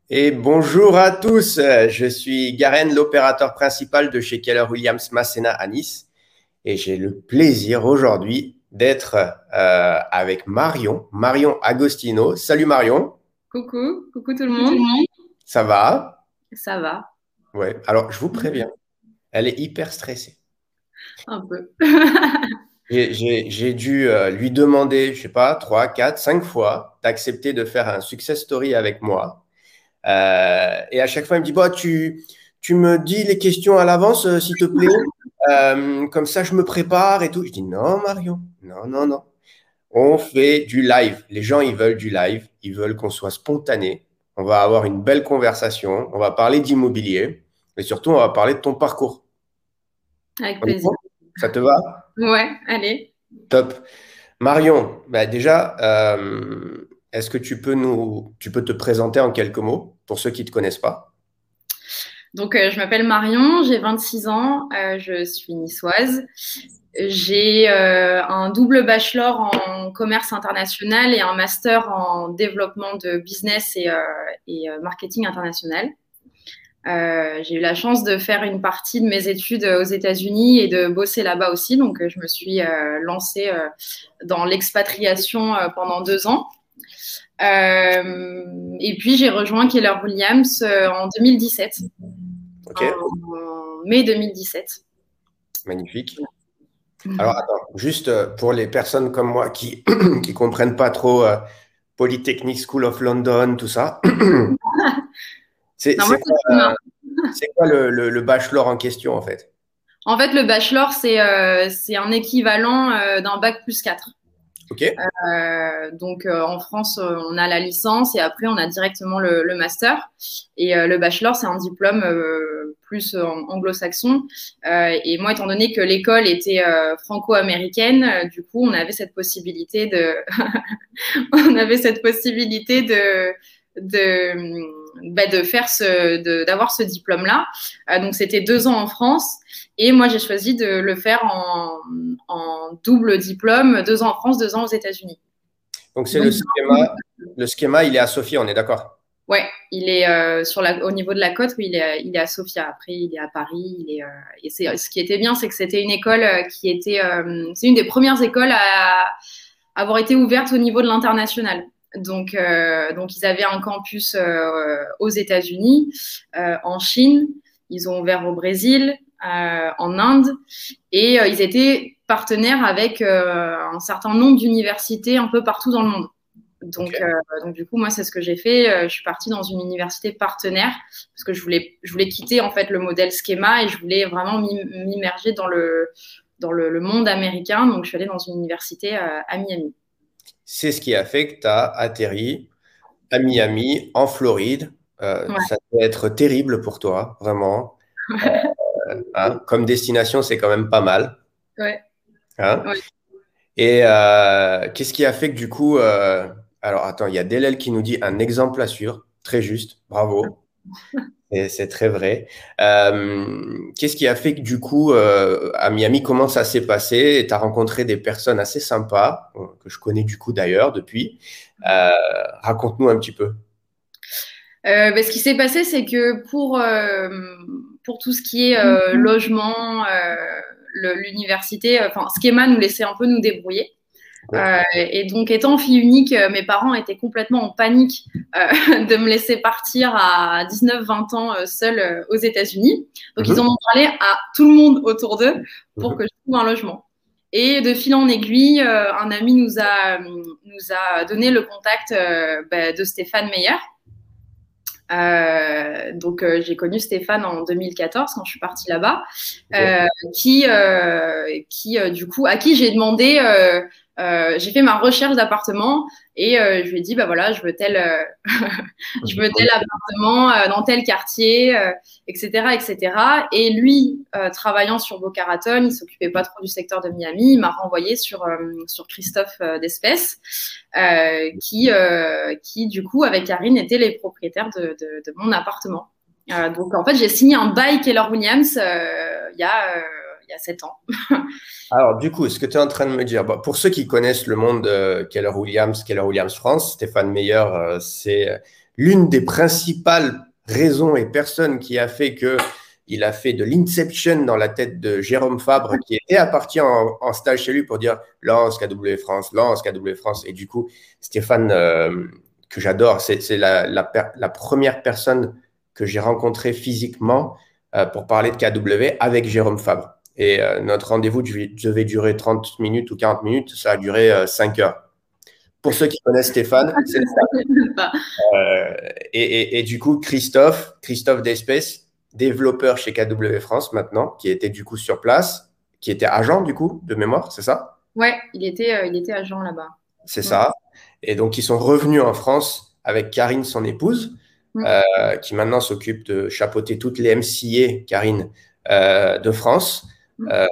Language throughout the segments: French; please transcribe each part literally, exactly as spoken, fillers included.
Et bonjour à tous, je suis Garen, l'opérateur principal de chez Keller Williams Masséna à Nice. Et j'ai le plaisir aujourd'hui d'être euh, avec Marion, Marion Agostino. Salut Marion. Coucou, coucou tout le monde. Ça va? Ça va, Ouais, alors je vous préviens, elle est hyper stressée. un peu. J'ai j'ai- j'ai dû euh, lui demander, je sais pas, trois, quatre, cinq fois d'accepter de faire un success story avec moi. Euh, et à chaque fois, il me dit, bah, tu, tu me dis les questions à l'avance, euh, s'il te plaît. Euh, comme ça, je me prépare et tout. Je dis, non, Marion, non, non, non. On fait du live. Les gens, ils veulent du live. Ils veulent qu'on soit spontané. On va avoir une belle conversation. On va parler d'immobilier. Et surtout, on va parler de ton parcours. Avec On est plaisir. bon. Ça te va? Ouais, allez. Top. Marion, bah déjà, euh, est-ce que tu peux nous, tu peux te présenter en quelques mots pour ceux qui ne te connaissent pas? Donc, euh, je m'appelle Marion, j'ai vingt-six ans, euh, je suis niçoise. J'ai euh, un double bachelor en commerce international et un master en développement de business et, euh, et euh, marketing international. Euh, j'ai eu la chance de faire une partie de mes études aux États-Unis et de bosser là-bas aussi. Donc, euh, je me suis euh, lancée euh, dans l'expatriation euh, pendant deux ans. Euh, et puis, j'ai rejoint Keller Williams euh, en deux mille dix-sept, Ok, en, en mai deux mille dix-sept. magnifique. Alors, attends, juste euh, pour les personnes comme moi qui ne comprennent pas trop euh, Polytechnic School of London, tout ça, c'est Non, moi, c'est c'est quoi, trop marrant. c'est quoi le, le- le bachelor en question, en fait? En fait, le bachelor, c'est euh, c'est un équivalent euh, d'un bac plus quatre. Ok, Euh, donc euh, en France, euh, on a la licence et après on a directement le, le master. Et euh, le bachelor, c'est un diplôme euh, plus euh, anglo-saxon. Euh, et moi, étant donné que l'école était euh, franco-américaine, euh, du coup, on avait cette possibilité de, on avait cette possibilité de de, bah, de faire ce, de, d'avoir ce diplôme-là. Euh, donc c'était deux ans en France et moi j'ai choisi de le faire en, en double diplôme, deux ans en France, deux ans aux États-Unis. donc c'est le Donc schéma, le schéma, il est à Sofia, on est d'accord? ouais, il est euh, sur la, au niveau de la côte, oui, il est, il est à Sofia. Après, il est à Paris. Il est, euh, et c'est, ce qui était bien, c'est que c'était une école euh, qui était, euh, c'est une des premières écoles à avoir été ouverte au niveau de l'international. Donc, euh, donc, ils avaient un campus euh, aux États-Unis, euh, en Chine, ils ont ouvert au Brésil, euh, en Inde, et euh, ils étaient partenaires avec euh, un certain nombre d'universités un peu partout dans le monde. Ok. Donc, euh, donc du coup, moi, c'est ce que j'ai fait. Euh, je suis partie dans une université partenaire parce que je voulais, je voulais quitter en fait le modèle schéma et je voulais vraiment m'immerger dans le dans le, le monde américain. Donc, je suis allée dans une université euh, à Miami. C'est ce qui a fait que tu as atterri à Miami, en Floride. Euh, Ouais, ça doit être terrible pour toi, vraiment. Hein. Comme destination, c'est quand même pas mal. ouais, Hein. ouais. Et euh, qu'est-ce qui a fait que du coup, euh, alors attends, il y a Delel qui nous dit un exemple à suivre, très juste, bravo, et c'est très vrai. Euh, qu'est-ce qui a fait que du coup, euh, à Miami, comment ça s'est passé? Tu as rencontré des personnes assez sympas, euh, que je connais du coup d'ailleurs depuis. Euh, raconte-nous un petit peu. Euh, ben, ce qui s'est passé, c'est que pour, euh, pour tout ce qui est euh, logement, euh, le- l'université, euh, enfin, Schema nous laissait un peu nous débrouiller. Ok. Euh, et donc, étant fille unique, euh, mes parents étaient complètement en panique euh, de me laisser partir à dix-neuf vingt ans euh, seule euh, aux États-Unis. Donc, ils en Mhm, ont parlé à tout le monde autour d'eux pour mhm. que je trouve un logement. Et de fil en aiguille, euh, un ami nous a, nous a donné le contact euh, bah, de Stéphane Meyer. Euh, donc euh, j'ai connu Stéphane en deux mille quatorze quand je suis partie là-bas, Ok. euh, qui, euh, qui euh, du coup à qui j'ai demandé, euh, euh, j'ai fait ma recherche d'appartement et euh, je lui ai dit bah voilà je veux tel, euh, je veux tel appartement euh, dans tel quartier, euh, et cetera, et cetera. Et lui, euh, travaillant sur Boca Raton, il s'occupait pas trop du secteur de Miami, il m'a renvoyé sur euh, sur Christophe euh, d'Espèce, euh, qui euh, qui du coup avec Karine étaient les propriétaires de, de, de mon appartement. Euh, donc en fait j'ai signé un bail Keller Williams euh, il y a euh, il y a sept ans. Alors, du coup, ce que tu es en train de me dire, bah, pour ceux qui connaissent le monde de Keller Williams, Keller Williams France, Stéphane Meyer, euh, c'est l'une des principales raisons et personnes qui a fait que il a fait de l'inception dans la tête de Jérôme Fabre, qui était parti en, en stage chez lui pour dire lance K W France, lance K W France. Et du coup, Stéphane, euh, que j'adore, c'est la, la, la première personne que j'ai rencontrée physiquement euh, pour parler de K W avec Jérôme Fabre. Et euh, notre rendez-vous devait durer trente minutes ou quarante minutes, ça a duré euh, cinq heures. Pour ceux qui connaissent Stéphane, c'est ça. Euh, et, et, et du coup, Christophe, Christophe Despès, développeur chez K W France maintenant, qui était du coup sur place, qui était agent du coup de mémoire, c'est ça? Ouais, il était, euh, il était agent là-bas. C'est ouais. ça. Et donc, ils sont revenus en France avec Karine, son épouse, mmh. euh, qui maintenant s'occupe de chapeauter toutes les M C A, Karine, euh, de France. Mmh. Euh,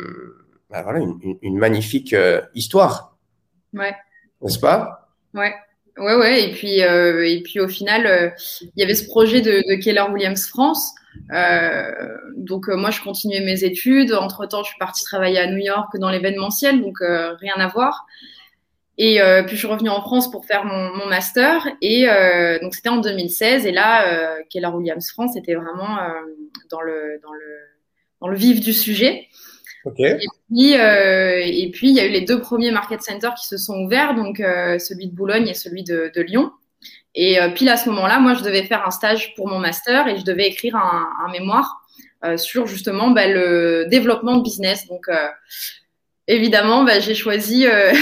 bah voilà, une, une, une magnifique euh, histoire. Ouais. N'est-ce pas? Ouais. Ouais, ouais. Et puis, euh, et puis au final, euh, il y avait ce projet de, de Keller Williams France. Euh, donc, euh, moi, je continuais mes études. Entre-temps, je suis partie travailler à New York dans l'événementiel, donc euh, rien à voir. Et euh, puis, je suis revenue en France pour faire mon, mon master. Et euh, donc, c'était en deux mille seize. Et là, euh, Keller Williams France était vraiment euh, dans, le, dans, le, dans le vif du sujet. Okay. Et puis, euh, et puis, il y a eu les deux premiers market centers qui se sont ouverts, donc euh, celui de Boulogne et celui de, de Lyon. Et euh, pile à ce moment-là, moi, je devais faire un stage pour mon master et je devais écrire un, un mémoire euh, sur justement bah, le développement de business. Donc, euh, évidemment, bah, j'ai choisi euh,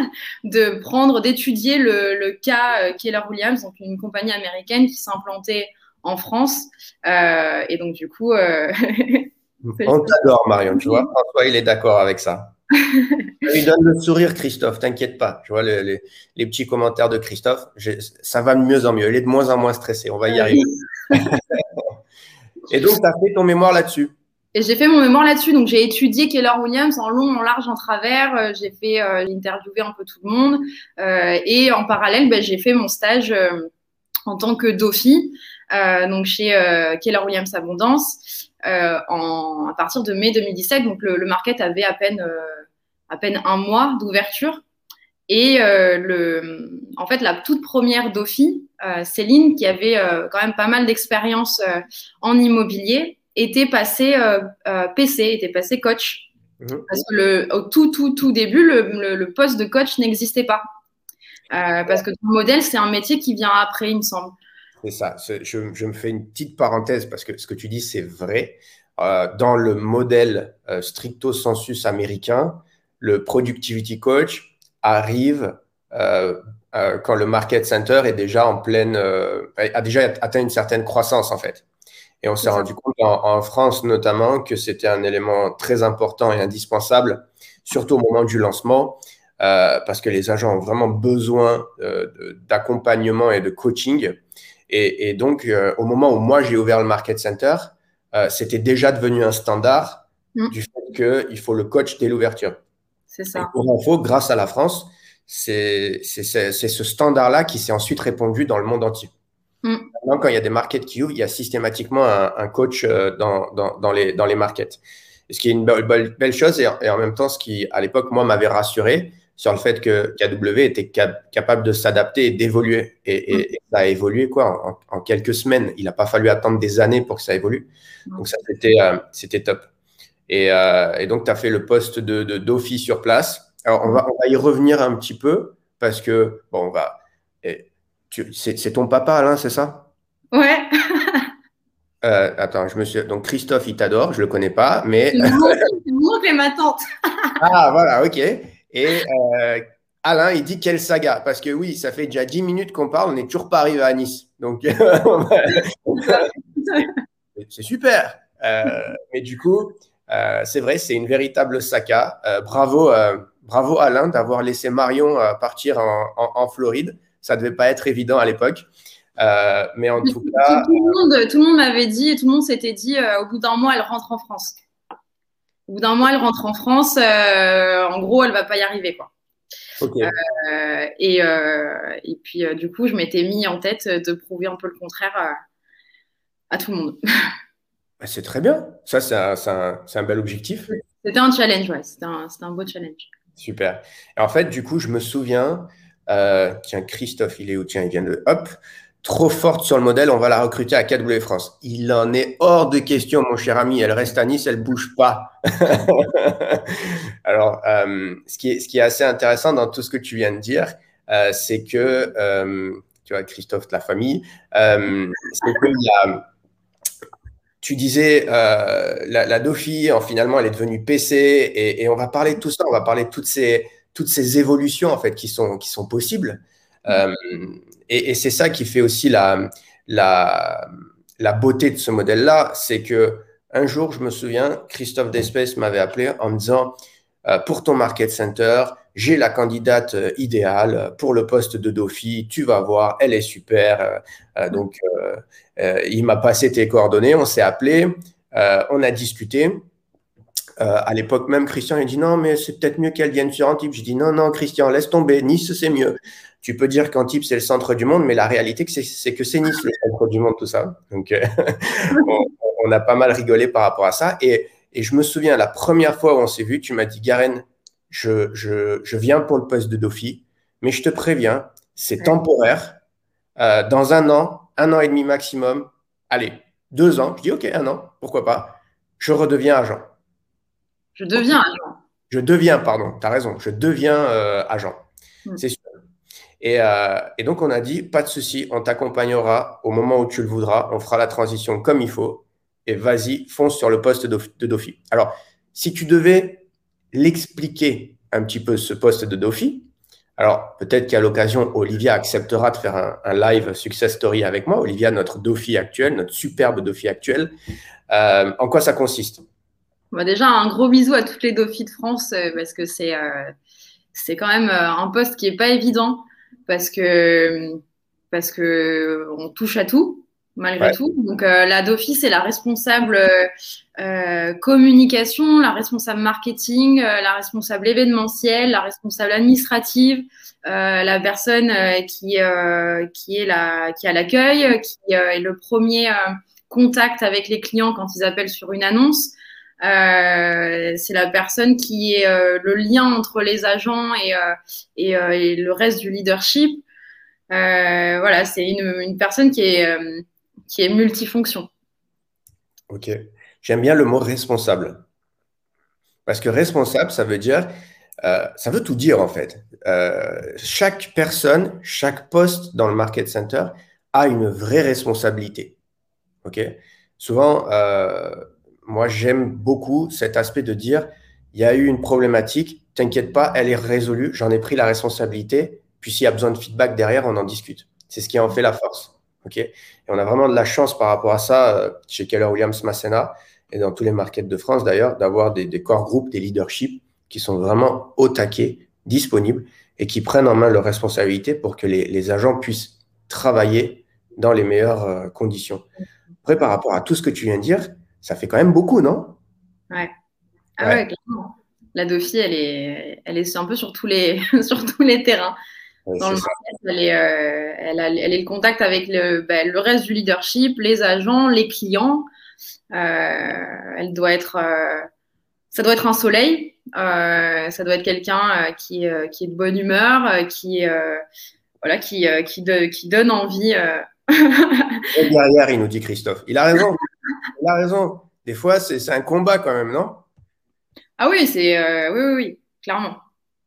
de prendre, d'étudier le, le cas euh, Keller Williams, donc une compagnie américaine qui s'implantait en France. Euh, et donc, du coup… Euh, on t'adore, Marion, tu vois. François, il est d'accord avec ça. Il donne le sourire, Christophe, t'inquiète pas. Tu vois, les, les, les petits commentaires de Christophe, ça va de mieux en mieux. Il est de moins en moins stressé. On va y arriver. Et donc, tu as fait ton mémoire là-dessus. Et j'ai fait mon mémoire là-dessus. Donc, j'ai étudié Keller Williams en long, en large, en travers. Euh, j'ai fait, euh, interviewé un peu tout le monde. Euh, et en parallèle, ben, j'ai fait mon stage euh, en tant que Dauphi, euh, donc chez euh, Keller Williams Abondance, euh, en, à partir de mai deux mille dix-sept. Donc, le, le market avait à peine, euh, à peine un mois d'ouverture. Et euh, le, en fait, la toute première Dauphi, euh, Céline, qui avait euh, quand même pas mal d'expérience euh, en immobilier, était passée euh, euh, P C, était passée coach. Mmh. Parce que le, au tout, tout, tout début, le, le, le poste de coach n'existait pas. Euh, parce que ton modèle, c'est un métier qui vient après, il me semble. C'est ça. Je, je me fais une petite parenthèse parce que ce que tu dis, c'est vrai. Euh, dans le modèle euh, stricto sensus américain, le productivity coach arrive euh, euh, quand le market center est déjà en pleine, euh, a déjà atteint une certaine croissance en fait. Et on s'est rendu compte en, en France notamment que c'était un élément très important et indispensable, surtout au moment du lancement, euh, parce que les agents ont vraiment besoin euh, d'accompagnement et de coaching. Et, et donc, euh, au moment où moi j'ai ouvert le market center, euh, c'était déjà devenu un standard mmh. du fait qu'il faut le coach dès l'ouverture. C'est ça. Et pour info, grâce à la France, c'est ce standard-là qui s'est ensuite répandu dans le monde entier. Mmh. Maintenant, quand il y a des markets qui ouvrent, il y a systématiquement un, un coach dans, dans, dans, les, dans les markets. Ce qui est une belle, belle, belle chose et, et en même temps, ce qui, à l'époque, moi, m'avait rassuré sur le fait que K W était cap capable de s'adapter et d'évoluer. Et, et, mmh. et ça a évolué quoi, en, en quelques semaines. Il n'a pas fallu attendre des années pour que ça évolue. Mmh. Donc, ça, c'était euh, c'était top. Et, euh, et donc, tu as fait le poste de, de Dauphi sur place. Alors, on va, on va y revenir un petit peu parce que, bon, on va… C'est ton papa, Alain, c'est ça? Ouais. Euh, attends, je me suis… Donc, Christophe, il t'adore, je ne le connais pas, mais… C'est mon oncle et ma tante. Ah, voilà, ok. Et euh, Alain, il dit quelle saga? Parce que oui, ça fait déjà dix minutes qu'on parle, on n'est toujours pas arrivé à Nice. Donc, c'est super. Euh, mais du coup, euh, c'est vrai, c'est une véritable saga. Euh, bravo, euh, bravo Alain d'avoir laissé Marion euh, partir en, en, en Floride. Ça ne devait pas être évident à l'époque. Euh, mais en tout cas… Tout le monde, tout le monde m'avait dit, et tout le monde s'était dit, euh, au bout d'un mois, elle rentre en France. Au bout d'un mois, elle rentre en France. Euh, en gros, elle ne va pas y arriver, quoi. Okay. Euh, et, euh, et puis, euh, du coup, je m'étais mis en tête de prouver un peu le contraire à, à tout le monde. C'est très bien. Ça, c'est un, un, un bel objectif. C'était un challenge, ouais. C'était un, un beau challenge. Super. Et en fait, du coup, je me souviens… Euh, tiens, Christophe, il est où? Tiens, il vient de… Hop. trop forte sur le modèle, on va la recruter à K W France. Il en est hors de question, mon cher ami. Elle reste à Nice, elle bouge pas. Alors, euh, ce qui est, ce qui est assez intéressant dans tout ce que tu viens de dire, euh, c'est que, euh, tu vois, Christophe de la famille, euh, c'est que il y a, tu disais, euh, la, la Dauphi, en, finalement, elle est devenue P C, et, et on va parler de tout ça, on va parler de toutes ces, toutes ces évolutions, en fait, qui sont, qui sont possibles. Euh, et et c'est ça qui fait aussi la, la, la beauté de ce modèle-là, c'est que un jour, je me souviens, Christophe Despès m'avait appelé en me disant, euh, pour ton market center, j'ai la candidate euh, idéale pour le poste de Dauphi, tu vas voir, elle est super. Euh, euh, donc, euh, euh, il m'a passé tes coordonnées, on s'est appelé, euh, on a discuté. Euh, à l'époque même, Christian il dit non, mais c'est peut-être mieux qu'elle vienne sur Antibes. Je dis non, non, Christian, laisse tomber. Nice, c'est mieux. Tu peux dire qu'Antibes, c'est le centre du monde, mais la réalité, c'est que c'est Nice, le centre du monde, tout ça. Donc, euh, on, on, a pas mal rigolé par rapport à ça. Et, et je me souviens, la première fois où on s'est vu, tu m'as dit, Garen, je, je, je viens pour le poste de Dauphi, mais je te préviens, c'est temporaire. Euh, dans un an, un an et demi maximum, allez, deux ans. Je dis, OK, un an, pourquoi pas. Je redeviens agent. Je deviens agent. Je deviens, pardon, tu as raison, je deviens euh, agent. Mm. C'est sûr. Et, euh, et donc, on a dit, pas de souci, on t'accompagnera au moment où tu le voudras, on fera la transition comme il faut, et vas-y, fonce sur le poste de Dauphi. Alors, si tu devais l'expliquer un petit peu, ce poste de Dauphi, alors peut-être qu'à l'occasion, Olivia acceptera de faire un, un live success story avec moi. Olivia, notre Dauphi actuel, notre superbe Dauphi actuel. Euh, en quoi ça consiste? Bah déjà, un gros bisou à toutes les Dauphies de France euh, parce que c'est euh, c'est quand même euh, un poste qui est pas évident parce que parce que on touche à tout malgré ouais. tout. Donc euh, la Dauphi, c'est la responsable euh, communication, la responsable marketing, euh, la responsable événementielle, la responsable administrative, euh, la personne euh, qui euh, qui est la qui a l'accueil, qui euh, est le premier euh, contact avec les clients quand ils appellent sur une annonce. Euh, c'est la personne qui est euh, le lien entre les agents et, euh, et, euh, et le reste du leadership. Euh, voilà, c'est une, une personne qui est, euh, qui est multifonction. Ok. J'aime bien le mot responsable. Parce que responsable, ça veut dire, euh, ça veut tout dire en fait. Euh, chaque personne, chaque poste dans le market center a une vraie responsabilité. Ok. Souvent, euh, moi, j'aime beaucoup cet aspect de dire, il y a eu une problématique, t'inquiète pas, elle est résolue, j'en ai pris la responsabilité, puis s'il y a besoin de feedback derrière, on en discute. C'est ce qui en fait la force. Okay, et on a vraiment de la chance par rapport à ça euh, chez Keller Williams Massena et dans tous les markets de France d'ailleurs, d'avoir des, des core groupes, des leaderships qui sont vraiment au taquet, disponibles et qui prennent en main leurs responsabilités pour que les, les agents puissent travailler dans les meilleures euh, conditions. Après, par rapport à tout ce que tu viens de dire, ça fait quand même beaucoup, non? Ouais. Ah ouais, ouais, clairement. La Dauphi, elle est, elle est un peu sur tous les, sur tous les terrains. Ouais, Dans le market, elle est, euh, elle, a, elle est le contact avec le, ben, le reste du leadership, les agents, les clients. Euh, elle doit être, euh, ça doit être un soleil. Euh, ça doit être quelqu'un euh, qui, euh, qui est de bonne humeur, euh, qui, euh, voilà, qui, euh, qui, de, qui donne envie. Euh... Derrière, il nous dit Christophe. Il a raison. Il a raison. Des fois, c'est un combat quand même, non? Ah oui, c'est euh, oui, oui, oui, clairement.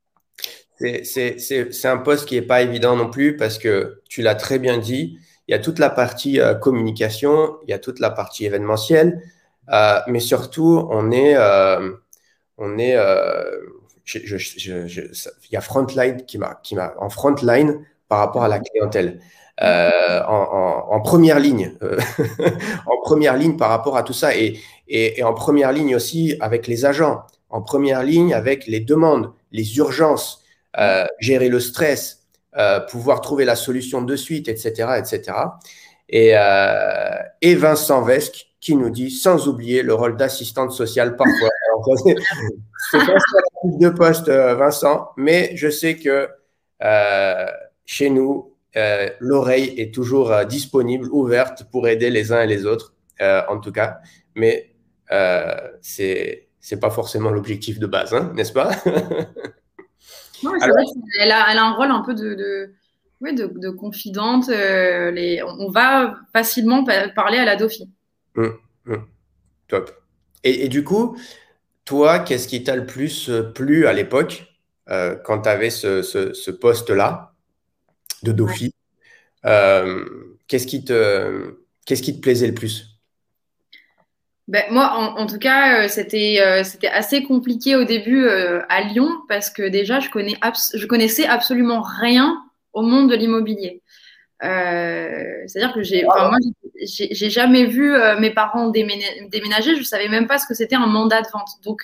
C'est un poste qui n'est pas évident non plus parce que tu l'as très bien dit, il y a toute la partie euh, communication, il y a toute la partie événementielle, euh, mais surtout, on est, euh, on est euh, je, je, je, je, il y a Frontline qui m'a en frontline par rapport à la clientèle. Euh, en, en, en première ligne, euh, en première ligne par rapport à tout ça et, et, et en première ligne aussi avec les agents, en première ligne avec les demandes, les urgences, euh, gérer le stress, euh, pouvoir trouver la solution de suite, et cetera, et cetera. Et, euh, et Vincent Vesque qui nous dit, sans oublier le rôle d'assistante sociale parfois. C'est pas sur la fiche de poste, Vincent, mais je sais que euh, chez nous, euh, l'oreille est toujours euh, disponible, ouverte pour aider les uns et les autres, euh, en tout cas. Mais euh, c'est c'est pas forcément l'objectif de base, hein, n'est-ce pas? Non, c'est vrai qu'elle a, elle a un rôle un peu de, de, Oui, de, de confidente, euh, les, on va facilement pa- parler à la Dauphine. Hum, hum, top. Et, et du coup, toi, qu'est-ce qui t'a le plus euh, plu à l'époque euh, quand tu avais ce, ce, ce poste-là de Ouais. Dauphi? Euh, qu'est-ce qui te, qu'est-ce qui te plaisait le plus? Ben, moi, en, en tout cas, euh, c'était euh, c'était assez compliqué au début euh, à Lyon parce que déjà, je connais abs- je connaissais absolument rien au monde de l'immobilier. Euh, c'est-à-dire que j'ai, enfin moi, j'ai j'ai jamais vu euh, mes parents déména- déménager. Je savais même pas ce que c'était un mandat de vente. Donc,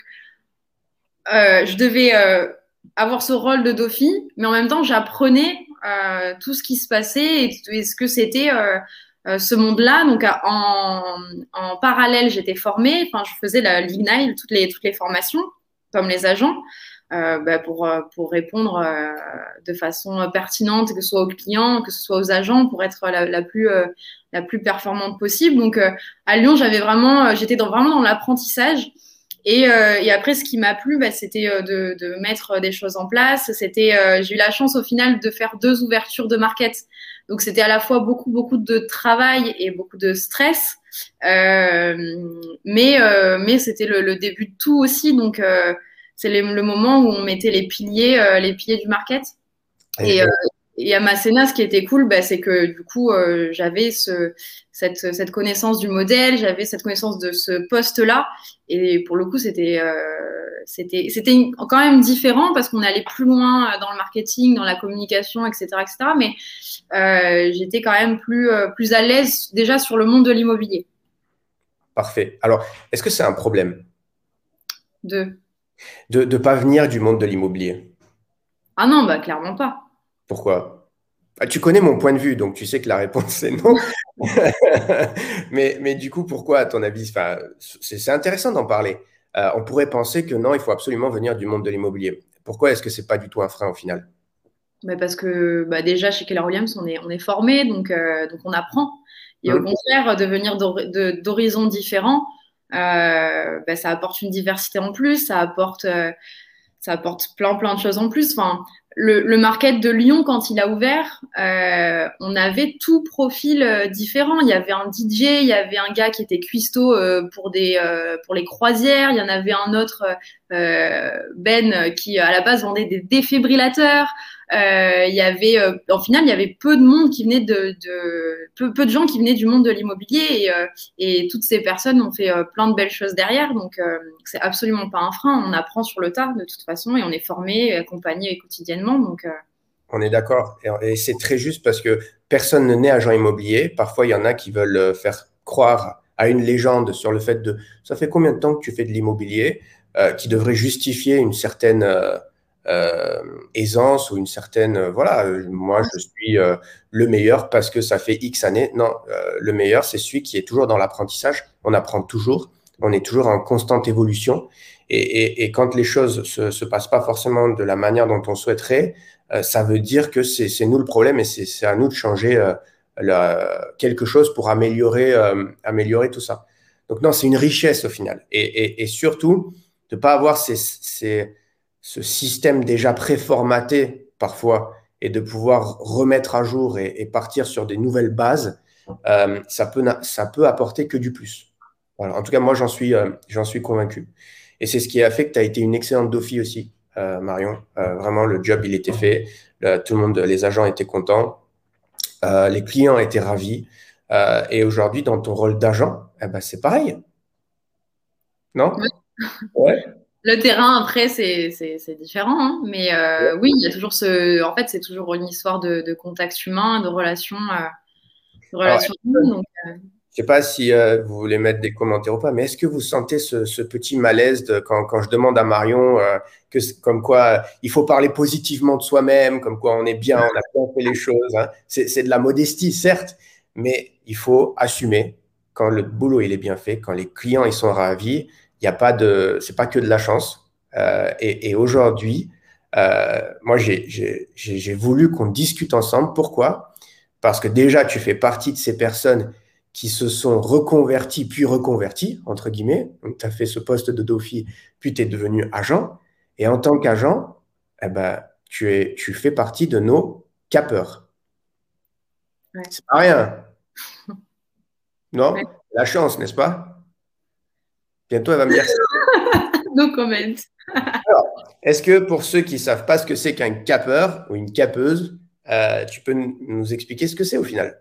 euh, je devais euh, avoir ce rôle de Dauphine, mais en même temps, j'apprenais euh, tout ce qui se passait et, et ce que c'était euh, euh, ce monde-là. Donc, en, en parallèle, j'étais formée. Enfin, je faisais la l'I G N A I, toutes les toutes les formations, comme les agents, euh, bah, pour euh, pour répondre euh, de façon pertinente, que ce soit aux clients, que ce soit aux agents, pour être la, la plus euh, la plus performante possible. Donc, euh, à Lyon, j'avais vraiment, euh, j'étais dans, vraiment dans l'apprentissage. Et, euh, et après, ce qui m'a plu, bah, c'était euh, de, de mettre des choses en place. C'était, euh, j'ai eu la chance au final de faire deux ouvertures de market. Donc, c'était à la fois beaucoup, beaucoup de travail et beaucoup de stress. Euh, mais euh, mais c'était le, le début de tout aussi. Donc, euh, c'est les- le moment où on mettait les piliers, euh, les piliers du market. Et, Et, euh, et- et à Masséna, ce qui était cool, bah, c'est que du coup, euh, j'avais ce, cette, cette connaissance du modèle, j'avais cette connaissance de ce poste-là. Et pour le coup, c'était euh, c'était, c'était quand même différent parce qu'on allait plus loin dans le marketing, dans la communication, et cetera, et cetera. Mais euh, j'étais quand même plus, euh, plus à l'aise déjà sur le monde de l'immobilier. Parfait. Alors, est-ce que c'est un problème De... de ne pas venir du monde de l'immobilier? Ah non, bah clairement pas. Pourquoi? Ah, tu connais mon point de vue, donc tu sais que la réponse est non. Mais, mais du coup, pourquoi, à ton avis? Enfin, c'est c'est intéressant d'en parler. Euh, on pourrait penser que non, il faut absolument venir du monde de l'immobilier. Pourquoi est-ce que c'est pas du tout un frein au final? Bah, parce que bah, déjà, chez Keller Williams, on est, on est formé, donc, euh, donc on apprend. Et au Hmm. contraire, de venir d'hor- de- d'horizons différents, euh, bah, ça apporte une diversité en plus, ça apporte, euh, ça apporte plein, plein de choses en plus. Enfin, le, le market de Lyon, quand il a ouvert, euh, on avait tout profil euh, différent. Il y avait un D J, il y avait un gars qui était cuistot euh, pour, des, euh, pour les croisières, il y en avait un autre, euh, Ben, qui à la base vendait des défibrillateurs. Euh, il y avait, euh, en final, il y avait peu de monde qui venait de, de peu, peu de gens qui venaient du monde de l'immobilier et, euh, et toutes ces personnes ont fait euh, plein de belles choses derrière. Donc, euh, c'est absolument pas un frein. On apprend sur le tas de toute façon et on est formé, et accompagné quotidiennement. Donc, euh, On est d'accord. Et, et c'est très juste parce que personne ne naît agent immobilier. Parfois, il y en a qui veulent euh, faire croire à une légende sur le fait de ça fait combien de temps que tu fais de l'immobilier, euh, qui devrait justifier une certaine euh, euh, aisance ou une certaine euh, voilà, euh, moi je suis euh, le meilleur parce que ça fait X années. Non, euh, le meilleur, c'est celui qui est toujours dans l'apprentissage. On apprend toujours, on est toujours en constante évolution. Et, et, et quand les choses se, se passent pas forcément de la manière dont on souhaiterait, euh, ça veut dire que c'est c'est nous le problème et c'est c'est à nous de changer euh, la- quelque chose pour améliorer, euh, améliorer tout ça. Donc non, c'est une richesse au final. Et, et, et surtout, de ne pas avoir ces, ces- ce système déjà préformaté parfois et de pouvoir remettre à jour et, et partir sur des nouvelles bases, euh, ça peut, na- ça peut apporter que du plus. Voilà. En tout cas, moi, j'en suis, euh, j'en suis convaincu. Et c'est ce qui a fait que tu as été une excellente Dauphi aussi, euh, Marion. Euh, vraiment, le job, il était fait. Le- tout le monde, les agents étaient contents. Euh, les clients étaient ravis. Euh, et aujourd'hui, dans ton rôle d'agent, eh ben, c'est pareil, non? Ouais. le terrain, après, c'est c'est- c'est différent. Hein. Mais euh, oui, il y a toujours ce. En fait, c'est toujours une histoire de, de contact humain, de relations, euh, de Alors, relations humaines. Donc, je ne sais pas si euh, vous voulez mettre des commentaires ou pas, mais est-ce que vous sentez ce, ce petit malaise de, quand, quand je demande à Marion euh, que, c'est- comme quoi euh, il faut parler positivement de soi-même, comme quoi on est bien, on a bien fait les choses, hein. C'est, c'est de la modestie, certes, mais il faut assumer quand le boulot il est bien fait, quand les clients ils sont ravis, il y a pas de, c'est pas que de la chance. Euh, et et aujourd'hui, euh, moi j'ai j'ai- j'ai- j'ai voulu qu'on discute ensemble. Pourquoi? Parce que déjà tu fais partie de ces personnes qui se sont reconvertis, puis reconvertis, entre guillemets. Donc, tu as fait ce poste de Dauphi, puis tu es devenu agent. Et en tant qu'agent, eh ben, tu es, tu fais partie de nos capeurs. Ouais. C'est pas rien, Ouais. non? La chance, n'est-ce pas? Bientôt, elle va me dire ça. No comment. Alors, est-ce que pour ceux qui ne savent pas ce que c'est qu'un capeur ou une capeuse, euh, tu peux nous nous expliquer ce que c'est au final?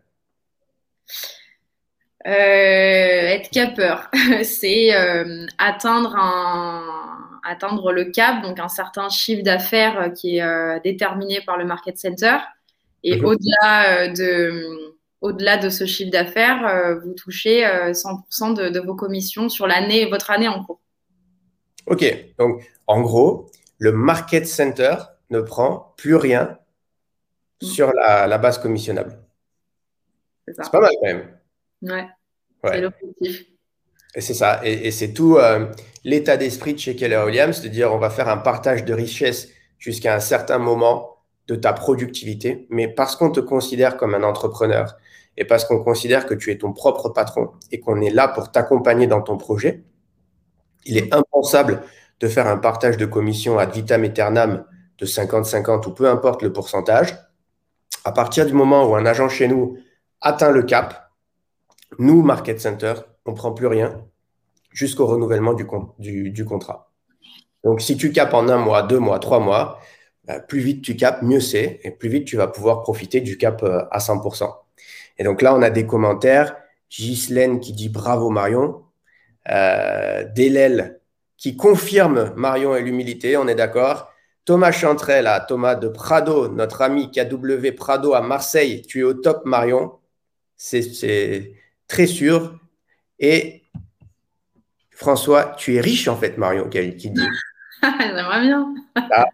Euh, être capeur, c'est euh, atteindre un, atteindre le cap, donc un certain chiffre d'affaires euh, qui est euh, déterminé par le market center. Et Mhm. au-delà euh, de, au-delà de ce chiffre d'affaires, euh, vous touchez euh, cent pour cent de, de vos commissions sur l'année, votre année en cours. Ok, donc en gros, le market center ne prend plus rien Mm. sur la, la base commissionnable. C'est C'est ça. pas mal quand même. Ouais, c'est Ouais. l'objectif. Et c'est ça. Et, et c'est tout euh, l'état d'esprit de chez Keller Williams, de dire on va faire un partage de richesse jusqu'à un certain moment de ta productivité, mais parce qu'on te considère comme un entrepreneur et parce qu'on considère que tu es ton propre patron et qu'on est là pour t'accompagner dans ton projet, il Mm. est impensable de faire un partage de commission ad vitam aeternam de cinquante cinquante ou peu importe le pourcentage. À partir du moment où un agent chez nous atteint le cap, nous, Market Center, on ne prend plus rien jusqu'au renouvellement du, con- du, du contrat. Donc, si tu capes en un mois, deux mois, trois mois, bah, plus vite tu capes, mieux c'est, et plus vite tu vas pouvoir profiter du cap euh, à cent pour cent. Et donc là, on a des commentaires. Ghislaine qui dit bravo Marion. Euh, Delel qui confirme Marion et l'humilité, on est d'accord. Thomas Chantrel, là, Thomas de Prado, notre ami K W Prado à Marseille, tu es au top Marion, c'est très sûr. Et François, tu es riche en fait Marion, qui qui dit. J'aimerais bien. Ah.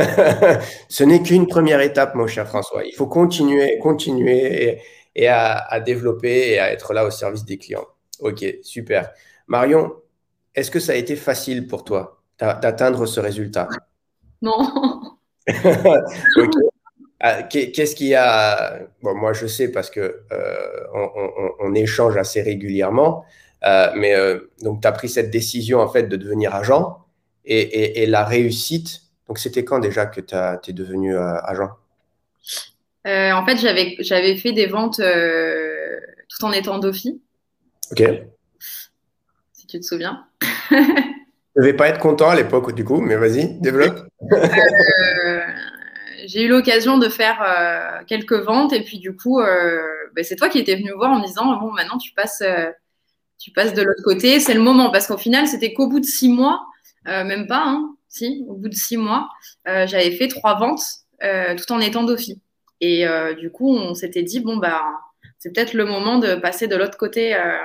Ce n'est qu'une première étape, mon cher François. Il faut continuer, continuer et, et à, à développer et à être là au service des clients. Ok, super. Marion, est-ce que ça a été facile pour toi d'a- d'atteindre ce résultat? Non. Ok. Ah, qu'est- Qu'est-ce qu'il y a? Bon, moi, je sais parce que euh, on, on- on échange assez régulièrement. Euh, mais euh, donc, tu as pris cette décision en fait de devenir agent et, et- et la réussite. Donc, c'était quand déjà que tu es devenu euh, agent? Euh, en fait, j'avais j'avais fait des ventes euh, tout en étant Dofi, Ok. Je si tu te souviens. ne vais pas être content à l'époque du coup, mais vas-y, développe. Euh, j'ai eu l'occasion de faire euh, quelques ventes et puis du coup, euh, ben, c'est toi qui étais venu me voir en me disant bon, maintenant tu passes, euh, tu passes de l'autre côté, c'est le moment parce qu'au final, c'était qu'au bout de six mois, euh, même pas, hein, si, au bout de six mois, euh, j'avais fait trois ventes euh, tout en étant Dofi. Et euh, du coup, on s'était dit bon bah c'est peut-être le moment de passer de l'autre côté, euh,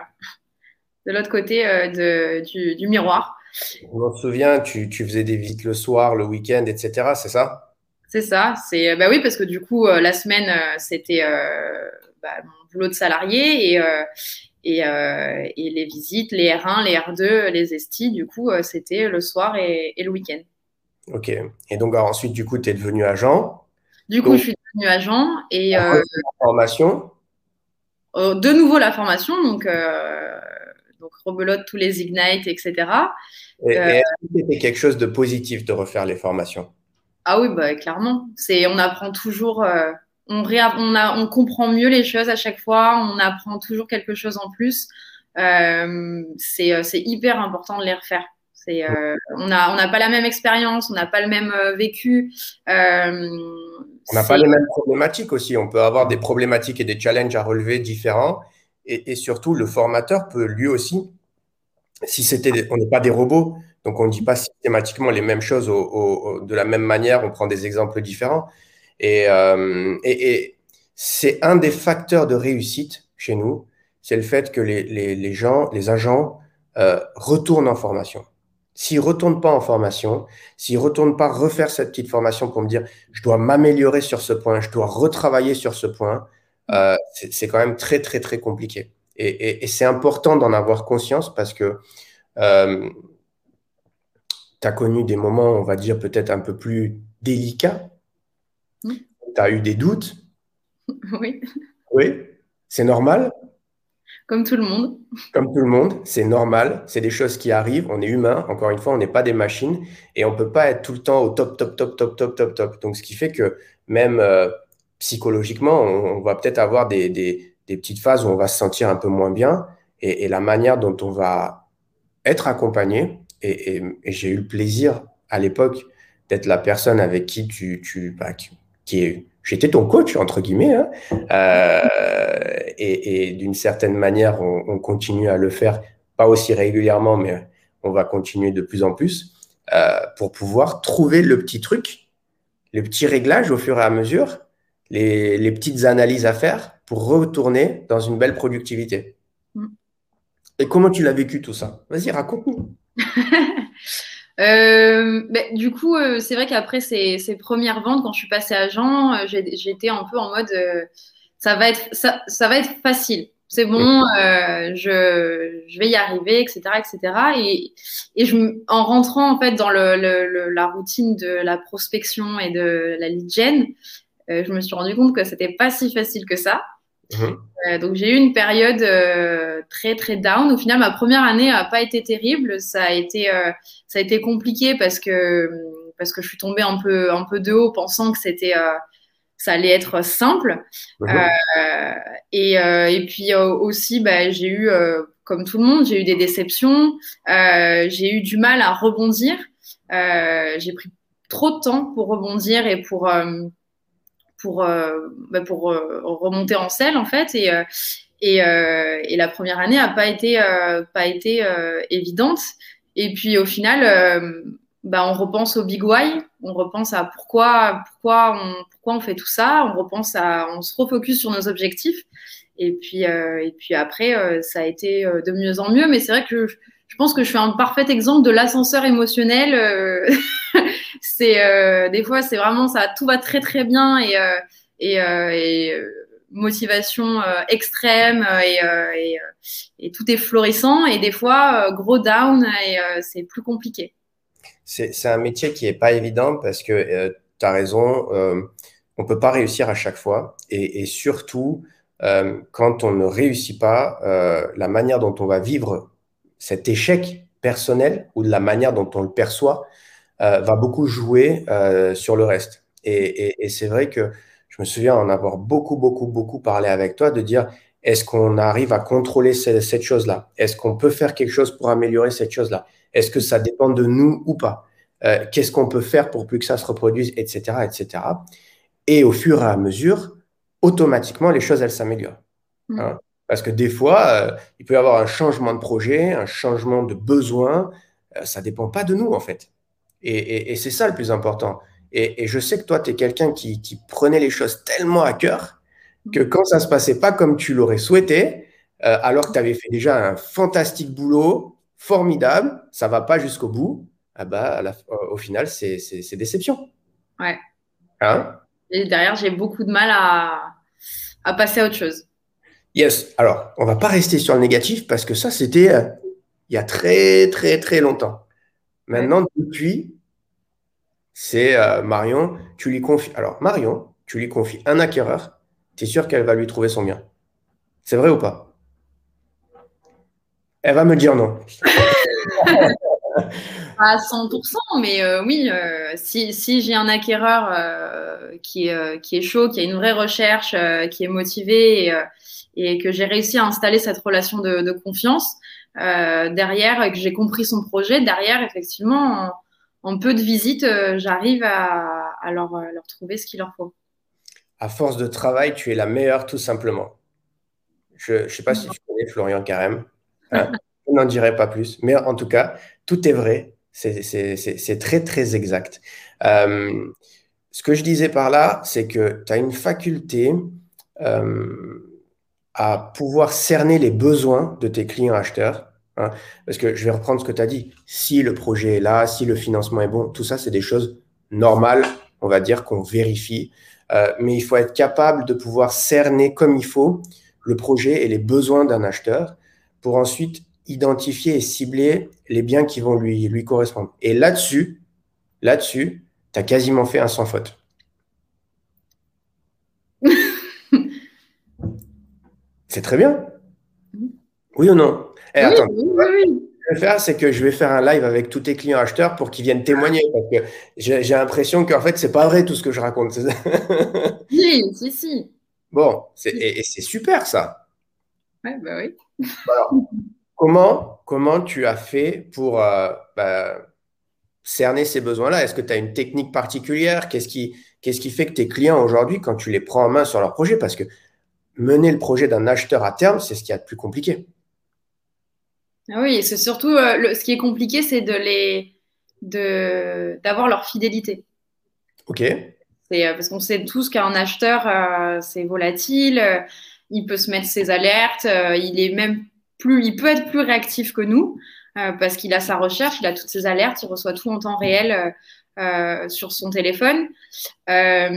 de l'autre côté euh, de, du, du miroir. Je me souviens, tu, tu faisais des visites le soir, le week-end, et cetera. C'est ça? C'est ça, c'est bah oui parce que du coup euh, la semaine euh, c'était euh, bah, mon boulot de salarié et euh, et, euh, et les visites, les R un, les R deux, les estis, du coup euh, c'était le soir et, et le week-end. Ok. Et donc, alors, ensuite, du coup, tu es devenu agent. Du coup je Donc, suis devenue agent et tu as euh, refait la formation. euh, de nouveau la formation donc euh, donc rebelote tous les Ignite et cetera. Et, Euh, et est-ce que c'était quelque chose de positif de refaire les formations? ah oui bah clairement c'est on apprend toujours euh, on, réa- on, a, on comprend mieux les choses à chaque fois, on apprend toujours quelque chose en plus. Euh, c'est, euh, c'est hyper important de les refaire. C'est, euh, on n'a on n'a pas la même expérience, on n'a pas le même euh, vécu. Euh, On n'a pas c'est, les mêmes problématiques aussi. On peut avoir des problématiques et des challenges à relever différents. Et, et surtout, le formateur peut lui aussi, si c'était, des- on n'est pas des robots, donc on ne dit pas systématiquement les mêmes choses au- au- au- de la même manière, on prend des exemples différents. Et, euh, et- et c'est un des facteurs de réussite chez nous, c'est le fait que les, les- les gens, les agents euh, retournent en formation. S'ils ne retournent pas en formation, s'ils ne retournent pas refaire cette petite formation pour me dire, je dois m'améliorer sur ce point, je dois retravailler sur ce point, euh, c'est c'est quand même très, très, très compliqué. Et, et- et c'est important d'en avoir conscience parce que euh, tu as connu des moments, on va dire, peut-être un peu plus délicats. Tu as eu des doutes. oui, Oui, c'est normal. comme tout le monde. Comme tout le monde, c'est normal. C'est des choses qui arrivent. On est humain. Encore une fois, on n'est pas des machines et on ne peut pas être tout le temps au top, top, top, top, top, top, top. Donc, ce qui fait que même euh, psychologiquement, on, on va peut-être avoir des, des, des petites phases où on va se sentir un peu moins bien. Et, et la manière dont on va être accompagné, et, et- et j'ai eu le plaisir à l'époque d'être la personne avec qui tu, tu bah, qui, qui est, j'étais ton coach, entre guillemets, hein. Euh, et, et d'une certaine manière, on, on continue à le faire, pas aussi régulièrement, mais on va continuer de plus en plus, euh, pour pouvoir trouver le petit truc, les petits réglages au fur et à mesure, les, les petites analyses à faire pour retourner dans une belle productivité. Mm. Et comment tu l'as vécu tout ça? Vas-y, raconte-nous. Euh, ben, du coup, euh, c'est vrai qu'après ces, ces premières ventes, quand je suis passée agent, euh, j'ai- j'étais un peu en mode euh, ça va être, ça, ça va être facile. C'est bon, euh, je, je vais y arriver, et cetera, et cetera. Et, cetera. Et, et je, me- en rentrant en fait dans le, le- le- la routine de la prospection et de la lead gen, euh, je me suis rendu compte que c'était pas si facile que ça. Mhm. Euh, donc j'ai eu une période euh, très très down. Au final, ma première année a pas été terrible. Ça a été euh, ça a été compliqué parce que parce que je suis tombée un peu un peu de haut, pensant que c'était euh, ça allait être simple. Euh, Mhm. et euh, et puis euh, aussi, bah, j'ai eu euh, comme tout le monde, j'ai eu des déceptions. Euh, j'ai eu du mal à rebondir. Euh, j'ai pris trop de temps pour rebondir et pour euh, pour, euh, bah, pour euh, remonter en selle en fait. Et, euh, et, euh, et la première année n'a pas été, euh, pas été euh, évidente. Et puis au final, euh, bah, on repense au big why, on repense à pourquoi, pourquoi, on, pourquoi on fait tout ça, on repense à, on se refocus sur nos objectifs. Et puis, euh, et puis après, euh, ça a été euh, de mieux en mieux. Mais c'est vrai que je, je pense que je suis un parfait exemple de l'ascenseur émotionnel. Euh, c'est euh, des fois, c'est vraiment ça, tout va très très bien et, euh, et, euh, et euh, motivation euh, extrême euh, et, euh, et, euh, et tout est florissant. Et des fois, euh, gros down et euh, c'est plus compliqué. C'est, c'est un métier qui est pas évident parce que tu as raison, euh, on peut pas réussir à chaque fois. Et, et surtout, euh, quand on ne réussit pas, euh, la manière dont on va vivre cet échec personnel ou de la manière dont on le perçoit euh, va beaucoup jouer euh, sur le reste. Et, et- et c'est vrai que je me souviens en avoir beaucoup, beaucoup, beaucoup parlé avec toi, de dire, est-ce qu'on arrive à contrôler ce- cette chose-là? Est-ce qu'on peut faire quelque chose pour améliorer cette chose-là? Est-ce que ça dépend de nous ou pas? Euh, qu'est-ce qu'on peut faire pour plus que ça se reproduise, et cetera, et cetera. Et au fur et à mesure, automatiquement, les choses, elles s'améliorent. Mm. Hein. Parce que des fois, euh, il peut y avoir un changement de projet, un changement de besoin. Euh, ça ne dépend pas de nous, en fait. Et, et- et c'est ça le plus important. Et, et je sais que toi, tu es quelqu'un qui, qui prenait les choses tellement à cœur que quand ça ne se passait pas comme tu l'aurais souhaité, euh, alors que tu avais fait déjà un fantastique boulot, formidable, ça ne va pas jusqu'au bout, ah bah, à la- au final, c'est c'est- c'est déception. Ouais. Hein? Et derrière, j'ai beaucoup de mal à, à passer à autre chose. Yes. Alors, on va pas rester sur le négatif parce que ça, c'était euh, il y a très, très, très longtemps. Ouais. Maintenant, depuis, c'est euh, Marion, tu lui confies. Alors, Marion, tu lui confies un acquéreur, tu es sûr qu'elle va lui trouver son bien. C'est vrai ou pas? Elle va me dire non. Pas à cent pour cent, mais euh, oui, euh, si, si j'ai un acquéreur euh, qui est, euh, qui est chaud, qui a une vraie recherche, euh, qui est motivé et, euh, et que j'ai réussi à installer cette relation de, de confiance, euh, derrière, et que j'ai compris son projet, derrière, effectivement, en, en peu de visites, euh, j'arrive à, à leur, euh, leur trouver ce qu'il leur faut. À force de travail, tu es la meilleure, tout simplement. Je ne sais pas si tu connais Florian Carême. Hein. Je n'en dirai pas plus. Mais en tout cas, tout est vrai. C'est c'est- c'est- c'est très, très exact. Euh, ce que je disais par là, c'est que tu as une faculté euh, à pouvoir cerner les besoins de tes clients acheteurs. Hein. Parce que je vais reprendre ce que tu as dit. Si le projet est là, si le financement est bon, tout ça, c'est des choses normales, on va dire, qu'on vérifie. Euh, mais il faut être capable de pouvoir cerner comme il faut le projet et les besoins d'un acheteur pour ensuite identifier et cibler les biens qui vont lui, lui correspondre. Et là-dessus, là-dessus, tu as quasiment fait un sans faute. C'est très bien. Oui ou non? Eh, Oui, attends, oui, oui, oui. je vais faire, c'est que je vais faire un live avec tous tes clients acheteurs pour qu'ils viennent témoigner. Parce que j'ai j'ai l'impression qu'en fait, c'est pas vrai tout ce que je raconte. Si, si, si. Bon, c'est, et, et c'est super ça. Ouais, bah oui. Alors, comment, comment tu as fait pour euh, bah, cerner ces besoins-là? Est-ce que tu as une technique particulière? Qu'est-ce qui, qu'est-ce qui fait que tes clients aujourd'hui, quand tu les prends en main sur leur projet, parce que mener le projet d'un acheteur à terme, c'est ce qu'il y a de plus compliqué. Ah oui, c'est surtout euh, le, ce qui est compliqué, c'est de les de d'avoir leur fidélité. OK. C'est euh, parce qu'on sait tous qu'un acheteur, euh, c'est volatile, euh, il peut se mettre ses alertes, euh, il est même plus, il peut être plus réactif que nous euh, parce qu'il a sa recherche, il a toutes ses alertes, il reçoit tout en temps réel euh, euh, sur son téléphone. Euh,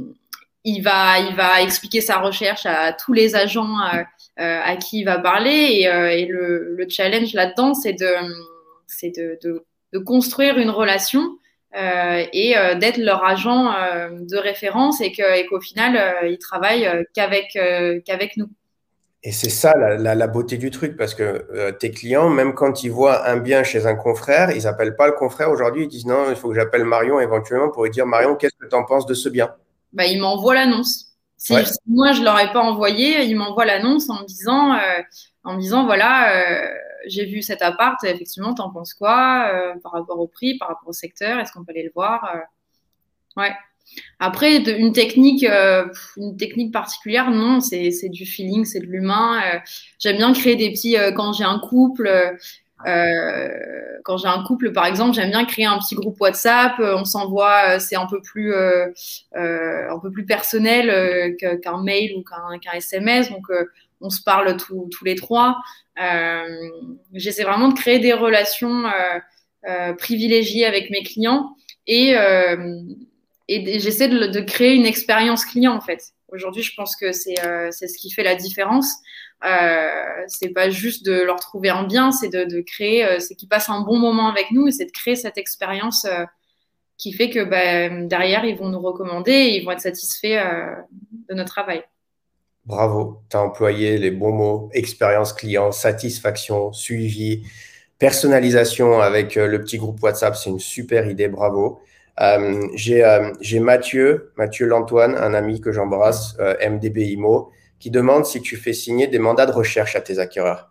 il va, il va expliquer sa recherche à tous les agents euh, euh, à qui il va parler et, euh, et le, le challenge là-dedans, c'est de, c'est de, de, de construire une relation euh, et euh, d'être leur agent euh, de référence et que, et qu'au final, euh, ils travaillent euh, qu'avec euh, qu'avec nous. Et c'est ça la, la- la beauté du truc, parce que euh, tes clients, même quand ils voient un bien chez un confrère, ils appellent pas le confrère aujourd'hui, ils disent non, il faut que j'appelle Marion éventuellement pour lui dire Marion, qu'est-ce que tu en penses de ce bien? Bah, ils m'envoient l'annonce. Si, Ouais. si moi je leur ai pas envoyé, ils m'envoient l'annonce en me disant, euh, en me disant voilà, euh, j'ai vu cet appart, effectivement, t'en penses quoi euh, par rapport au prix, par rapport au secteur, est-ce qu'on peut aller le voir euh, Ouais. Après, de- une technique, euh, pff, une technique particulière, non, c'est c'est du feeling, c'est de l'humain. Euh, j'aime bien créer des petits, euh, quand j'ai un couple. Euh, euh, quand j'ai un couple, par exemple, j'aime bien créer un petit groupe WhatsApp. euh, On s'envoie, euh, c'est un peu plus, euh, euh, un peu plus personnel euh, que- qu'un mail ou qu'un qu'un S M S. Donc, euh, on se parle tous tous les trois. Euh, J'essaie vraiment de créer des relations euh, euh, privilégiées avec mes clients et, euh, et j'essaie de, de créer une expérience client en fait. Aujourd'hui, je pense que c'est euh, c'est ce qui fait la différence. Euh, c'est pas juste de leur trouver un bien, c'est de, de créer, euh, c'est qu'ils passent un bon moment avec nous et c'est de créer cette expérience euh, qui fait que bah, derrière, ils vont nous recommander et ils vont être satisfaits euh, de notre travail. Bravo, tu as employé les bons mots, expérience client, satisfaction, suivi, personnalisation avec euh, le petit groupe WhatsApp, c'est une super idée, bravo. Euh, j'ai euh, j'ai Mathieu, Mathieu Lantoine, un ami que j'embrasse, euh, M D B IMO, qui demande si tu fais signer des mandats de recherche à tes acquéreurs.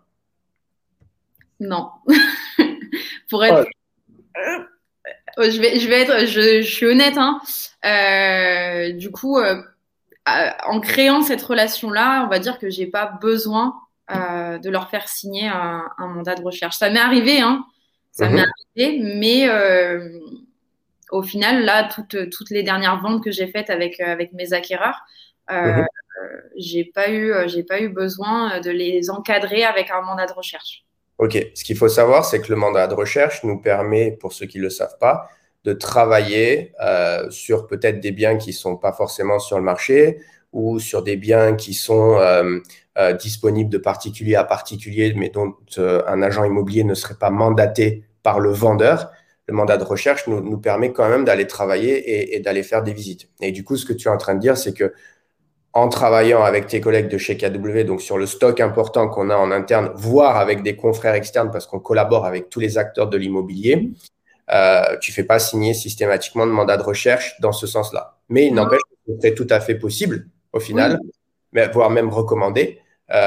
Non. Pour être, Oh, euh, je vais, je vais être, je, je suis honnête, hein. Euh, du coup, euh, euh, en créant cette relation-là, on va dire que j'ai pas besoin euh, de leur faire signer un, un mandat de recherche. Ça m'est arrivé, hein. Ça m'est mhm, arrivé, mais euh, au final, là, toutes, toutes les dernières ventes que j'ai faites avec, euh, avec mes acquéreurs, euh, mhm. j'ai pas eu, euh, j'ai pas eu besoin de les encadrer avec un mandat de recherche. Ok, ce qu'il faut savoir, c'est que le mandat de recherche nous permet, pour ceux qui ne le savent pas, de travailler euh, sur peut-être des biens qui ne sont pas forcément sur le marché ou sur des biens qui sont euh, euh, disponibles de particulier à particulier, mais dont euh, un agent immobilier ne serait pas mandaté par le vendeur. Le mandat de recherche nous, nous permet quand même d'aller travailler et, et d'aller faire des visites. Et du coup, ce que tu es en train de dire, c'est que en travaillant avec tes collègues de chez K W, donc sur le stock important qu'on a en interne, voire avec des confrères externes parce qu'on collabore avec tous les acteurs de l'immobilier, euh, tu ne fais pas signer systématiquement de mandat de recherche dans ce sens-là. Mais il Non, n'empêche que c'est tout à fait possible au final, oui. mais, voire même recommandé.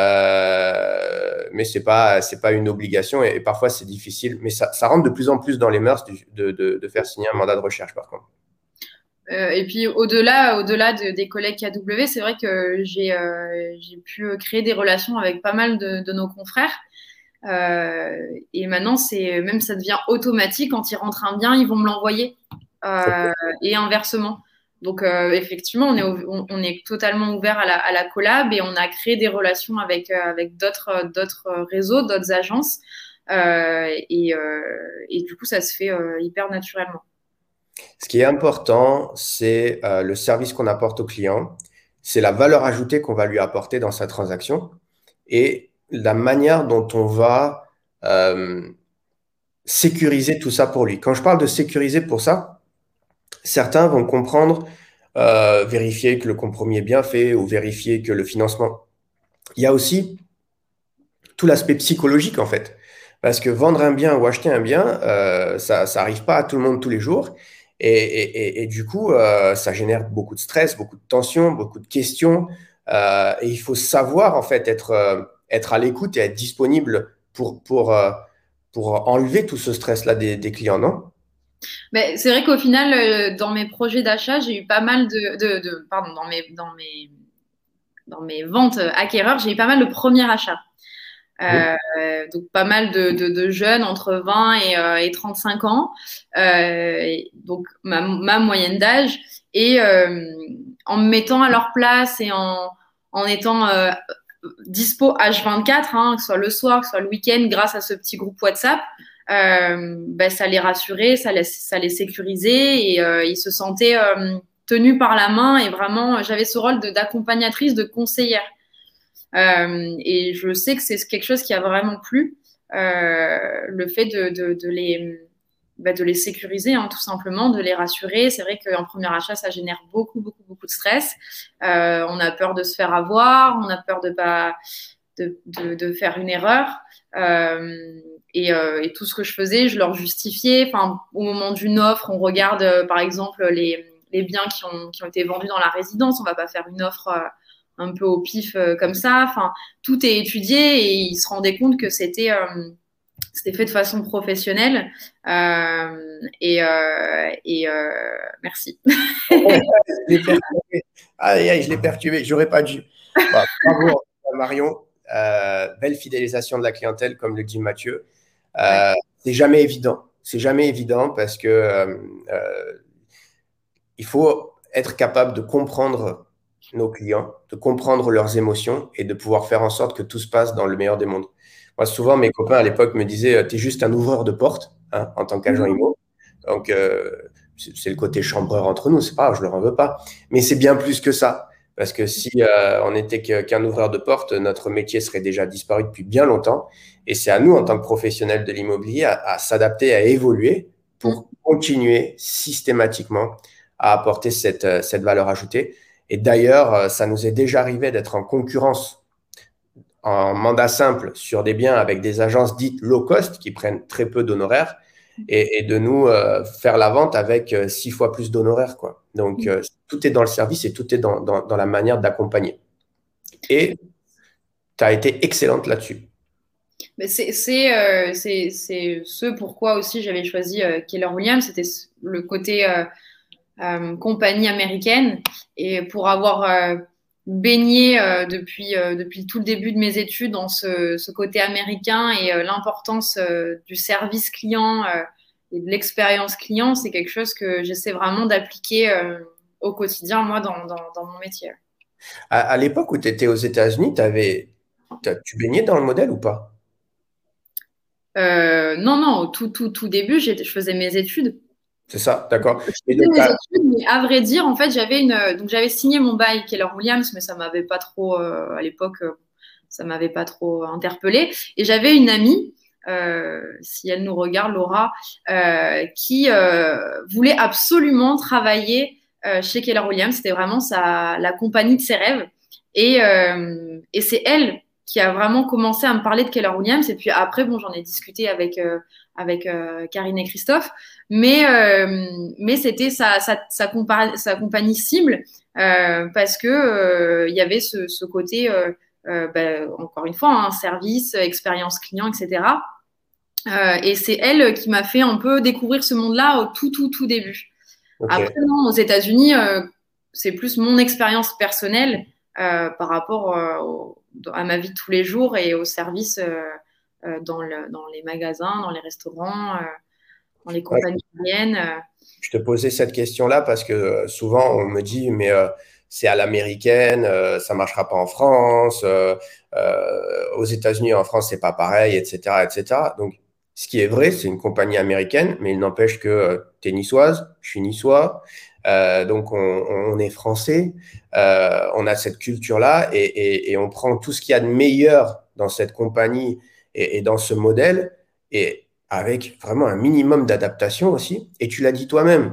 Euh, mais ce n'est pas, c'est pas une obligation et, et parfois c'est difficile. Mais ça, ça rentre de plus en plus dans les mœurs du- de, de, de faire signer un mandat de recherche par contre. Euh, et puis au-delà, au-delà de- des collègues K W, c'est vrai que j'ai euh, j'ai pu créer des relations avec pas mal de, de nos confrères. Euh, et maintenant, c'est même ça devient automatique. Quand ils rentrent un bien, ils vont me l'envoyer euh, et inversement. Donc euh, effectivement, on est, on, on est totalement ouvert à la, à la collab et on a créé des relations avec, euh, avec d'autres, d'autres réseaux, d'autres agences. Euh, et, euh, et du coup, ça se fait euh, hyper naturellement. Ce qui est important, c'est euh, le service qu'on apporte au client, c'est la valeur ajoutée qu'on va lui apporter dans sa transaction et la manière dont on va euh, sécuriser tout ça pour lui. Quand je parle de sécuriser pour ça, certains vont comprendre euh, vérifier que le compromis est bien fait ou vérifier que le financement. Il y a aussi tout l'aspect psychologique en fait. Parce que vendre un bien ou acheter un bien, euh, ça ça arrive pas à tout le monde tous les jours. Et, et- et- et du coup, euh, ça génère beaucoup de stress, beaucoup de tension, beaucoup de questions. Euh, et il faut savoir, en fait, être, euh, être à l'écoute et être disponible pour, pour, euh, pour enlever tout ce stress-là des, des clients, non? Mais c'est vrai qu'au final, euh, dans mes projets d'achat, j'ai eu pas mal de, de, de- pardon, dans mes, dans mes, dans mes ventes acquéreurs, j'ai eu pas mal de premiers achats. Mhm. Euh, donc pas mal de, de, de jeunes entre vingt et, euh, et trente-cinq ans, euh, et donc ma, ma moyenne d'âge, et euh, en me mettant à leur place et en, en étant euh, dispo H vingt-quatre, hein, que ce soit le soir, que ce soit le week-end, grâce à ce petit groupe WhatsApp, euh, ben, ça les rassurait, ça les, ça les sécurisait et euh, ils se sentaient euh, tenus par la main et vraiment, j'avais ce rôle de- d'accompagnatrice, de conseillère. Euh, et je sais que c'est quelque chose qui a vraiment plu, euh, le fait de, de, de les, bah, de les sécuriser, hein, tout simplement, de les rassurer. C'est vrai qu'en premier achat, ça génère beaucoup, beaucoup, beaucoup de stress. Euh, on a peur de se faire avoir, on a peur de pas de, de, de faire une erreur. Euh, et, euh, et tout ce que je faisais, je leur justifiais. Enfin, au moment d'une offre, on regarde, euh, par exemple, les, les biens qui ont, qui ont été vendus dans la résidence. On va pas faire une offre euh, un peu au pif euh, comme ça. Enfin, tout est étudié et ils se rendaient compte que c'était euh, c'était fait de façon professionnelle. Euh, et euh, et euh, merci. Je l'ai perturbé. Aïe, aïe, je l'ai perturbé. J'aurais pas dû. Bah, bravo, Marion. Euh, belle fidélisation de la clientèle, comme le dit Mathieu. Ouais. Euh, c'est jamais évident. C'est jamais évident parce que euh, euh, il faut être capable de comprendre nos clients, de comprendre leurs émotions et de pouvoir faire en sorte que tout se passe dans le meilleur des mondes. Moi, souvent, mes copains à l'époque me disaient, tu es juste un ouvreur de porte, hein, en tant qu'agent immo. Donc, euh, c'est c'est le côté chambreur entre nous, c'est pas grave, je leur en veux pas. Mais c'est bien plus que ça. Parce que si euh, on n'était que- qu'un ouvreur de porte, notre métier serait déjà disparu depuis bien longtemps. Et c'est à nous, en tant que professionnels de l'immobilier, à, à s'adapter, à évoluer Mm. pour continuer systématiquement à apporter cette, euh, cette valeur ajoutée. Et d'ailleurs, euh, ça nous est déjà arrivé d'être en concurrence en mandat simple sur des biens avec des agences dites low cost qui prennent très peu d'honoraires et, et de nous euh, faire la vente avec euh, six fois plus d'honoraires, quoi. Donc, euh, tout est dans le service et tout est dans, dans, dans la manière d'accompagner. Et tu as été excellente là-dessus. Mais c'est c'est euh, c'est c'est ce pourquoi aussi j'avais choisi euh, Keller Williams, c'était le côté euh, euh, compagnie américaine et pour avoir euh, baigné euh, depuis euh, depuis tout le début de mes études dans ce, ce côté américain et euh, l'importance euh, du service client euh, et de l'expérience client, c'est quelque chose que j'essaie vraiment d'appliquer euh, au quotidien moi dans, dans, dans mon métier. À, à l'époque où tu étais aux États-Unis, t'avais, t'as- tu baignais dans le modèle ou pas? Euh, non, non, au tout, tout, tout début, j'étais- je faisais mes études. C'est ça, d'accord. Je Et faisais donc, mes t'as- études, mais à vrai dire, en fait, j'avais une, donc j'avais signé mon bail Keller Williams, mais ça m'avait pas trop, euh, à l'époque, euh, ça m'avait pas trop interpellée. Et j'avais une amie, euh, si elle nous regarde, Laura, euh, qui euh, voulait absolument travailler euh, chez Keller Williams. C'était vraiment sa, la compagnie de ses rêves. Et, euh, et c'est elle qui a vraiment commencé à me parler de Keller Williams. Et puis après, bon, j'en ai discuté avec, euh, avec euh, Karine et Christophe. Mais, euh, mais c'était sa, sa, sa, compa- sa compagnie cible euh, parce que euh, il y avait ce, ce côté, euh, euh, bah, encore une fois, un service, expérience client, et cetera. Euh, et c'est elle qui m'a fait un peu découvrir ce monde-là au tout, tout, tout début. Après, ok. non, aux États-Unis, euh, c'est plus mon expérience personnelle euh, par rapport euh, au- à ma vie de tous les jours et au service euh, euh, dans, le, dans les magasins, dans les restaurants, euh, dans les Ouais, compagnies aériennes. euh, je te posais cette question-là parce que euh, souvent on me dit, mais euh, c'est à l'américaine, euh, ça marchera pas en France, euh, euh, aux États-Unis et en France, c'est pas pareil, et cetera, et cetera. Donc, ce qui est vrai, c'est une compagnie américaine, mais il n'empêche que tu es niçoise, je suis niçois, euh, donc on, on est français, euh, on a cette culture-là et, et- et on prend tout ce qu'il y a de meilleur dans cette compagnie et, et dans ce modèle. Et avec vraiment un minimum d'adaptation aussi. Et tu l'as dit toi-même,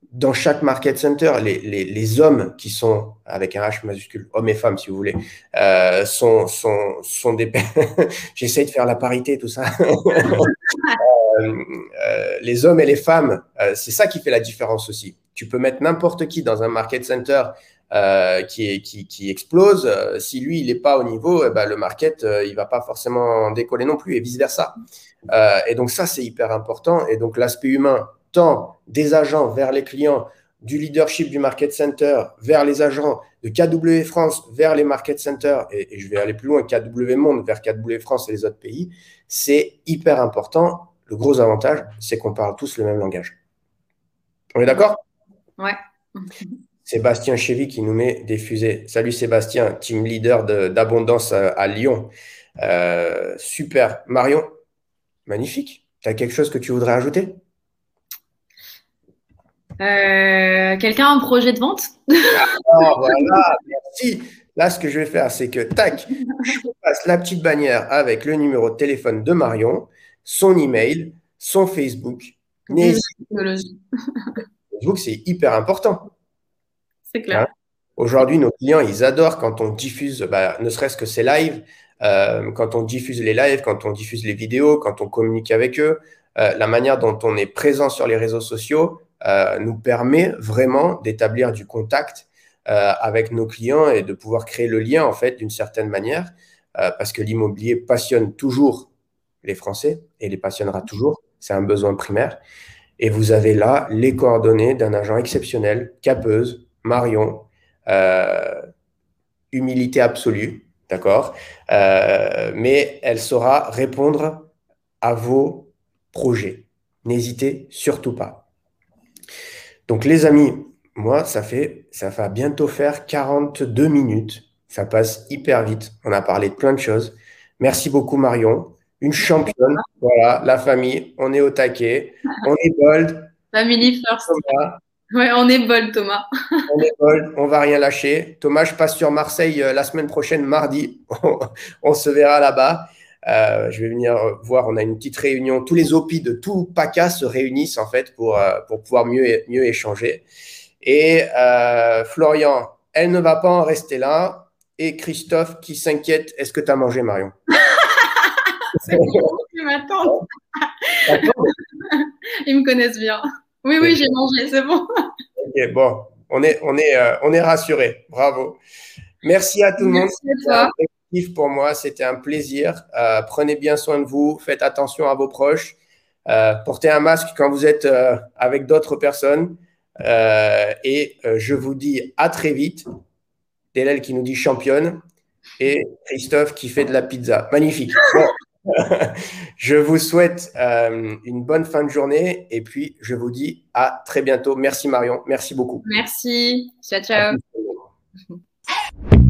dans chaque market center, les, les, les hommes qui sont, avec un H majuscule, hommes et femmes si vous voulez, euh, sont, sont, sont des… J'essaie de faire la parité, tout ça. euh, euh, les hommes et les femmes, euh, c'est ça qui fait la différence aussi. Tu peux mettre n'importe qui dans un market center euh, qui, qui, qui explose. Euh, si lui, il n'est pas au niveau, eh ben, le market, euh, il ne va pas forcément décoller non plus et vice-versa. Euh, et donc ça, c'est hyper important. Et donc l'aspect humain, tant des agents vers les clients, du leadership du market center vers les agents, de K W France vers les market centers, et, et je vais aller plus loin, K W Monde vers K W France et les autres pays, c'est hyper important. Le gros avantage, c'est qu'on parle tous le même langage. On est d'accord? Ouais. Sébastien Chevy qui nous met des fusées. Salut Sébastien, team leader d'Abondance à, à Lyon. Euh, super. Marion, magnifique. Tu as quelque chose que tu voudrais ajouter? Euh, quelqu'un a un projet de vente? Ah, voilà, merci. Là, ce que je vais faire, c'est que, tac, je passe la petite bannière avec le numéro de téléphone de Marion, son email, son Facebook. Facebook, c'est hyper important. C'est clair. Hein? Aujourd'hui, nos clients, ils adorent quand on diffuse, bah, ne serait-ce que ces lives, euh, quand on diffuse les lives, quand on diffuse les vidéos, quand on communique avec eux, euh, la manière dont on est présent sur les réseaux sociaux euh, nous permet vraiment d'établir du contact euh, avec nos clients et de pouvoir créer le lien, en fait, d'une certaine manière, euh, parce que l'immobilier passionne toujours les Français et les passionnera toujours. C'est un besoin primaire. Et vous avez là les coordonnées d'un agent exceptionnel, capeuse, Marion, euh, humilité absolue, d'accord? Euh, mais elle saura répondre à vos projets. N'hésitez surtout pas. Donc les amis, moi, ça fait, ça va bientôt faire quarante-deux minutes. Ça passe hyper vite. On a parlé de plein de choses. Merci beaucoup Marion. Une championne. Voilà, la famille, on est au taquet. On est bold. Family first. Thomas. Ouais, on est bold, Thomas. On est bold, on va rien lâcher. Thomas, je passe sur Marseille euh, la semaine prochaine, mardi. On se verra là-bas. Euh, je vais venir voir, on a une petite réunion. Tous les O P I de tout PACA se réunissent en fait pour, euh, pour pouvoir mieux, mieux échanger. Et euh, Florian, elle ne va pas en rester là. Et Christophe qui s'inquiète, est-ce que tu as mangé, Marion? C'est bon, tu m'attends. Ils me connaissent bien. Oui, oui, j'ai mangé, c'est bon. Ok, bon, on est, on est, euh, on est rassurés. Bravo. Merci à tout le monde. Merci à toi. Pour moi, c'était un plaisir. Euh, prenez bien soin de vous, faites attention à vos proches, euh, portez un masque quand vous êtes euh, avec d'autres personnes. Euh, et euh, je vous dis à très vite. Délèle qui nous dit championne et Christophe qui fait de la pizza. Magnifique. Bon. Je vous souhaite euh, une bonne fin de journée et puis je vous dis à très bientôt. Merci Marion, merci beaucoup. Merci. Ciao, ciao.